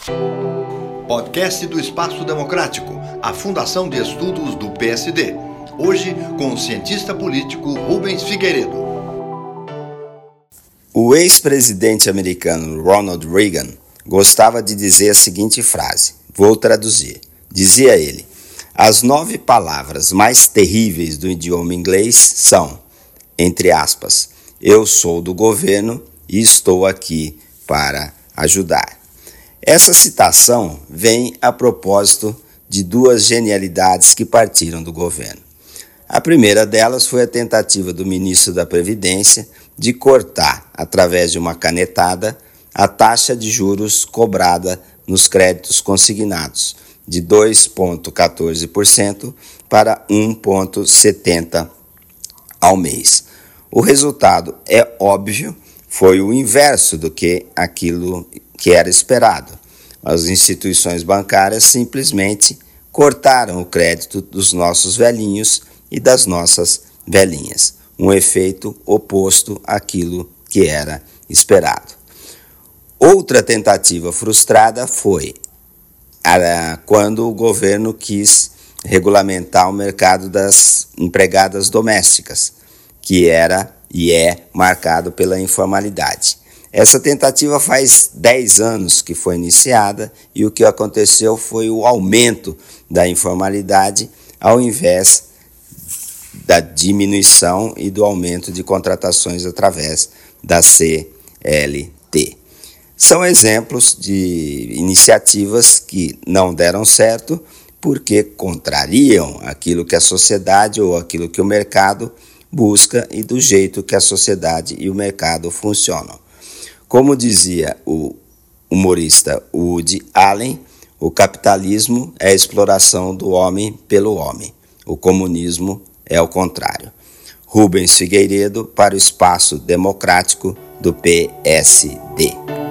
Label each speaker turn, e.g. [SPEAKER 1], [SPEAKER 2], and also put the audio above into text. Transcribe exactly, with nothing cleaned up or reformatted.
[SPEAKER 1] Podcast do Espaço Democrático, a Fundação de Estudos do P S D. Hoje, com o cientista político Rubens Figueiredo.
[SPEAKER 2] O ex-presidente americano Ronald Reagan gostava de dizer a seguinte frase, vou traduzir. Dizia ele, as nove palavras mais terríveis do idioma inglês são, entre aspas, eu sou do governo e estou aqui para ajudar. Essa citação vem a propósito de duas genialidades que partiram do governo. A primeira delas foi a tentativa do ministro da Previdência de cortar, através de uma canetada, a taxa de juros cobrada nos créditos consignados, de dois vírgula quatorze por cento para um vírgula setenta por cento ao mês. O resultado, é óbvio, foi o inverso do que aquilo que era esperado. As instituições bancárias simplesmente cortaram o crédito dos nossos velhinhos e das nossas velhinhas, um efeito oposto àquilo que era esperado. Outra tentativa frustrada foi a, quando o governo quis regulamentar o mercado das empregadas domésticas, que era e é marcado pela informalidade. Essa tentativa faz dez anos que foi iniciada e o que aconteceu foi o aumento da informalidade ao invés da diminuição e do aumento de contratações através da C L T. São exemplos de iniciativas que não deram certo porque contrariam aquilo que a sociedade ou aquilo que o mercado busca e do jeito que a sociedade e o mercado funcionam. Como dizia o humorista Woody Allen, o capitalismo é a exploração do homem pelo homem. O comunismo é o contrário. Rubens Figueiredo para o Espaço Democrático do P S D.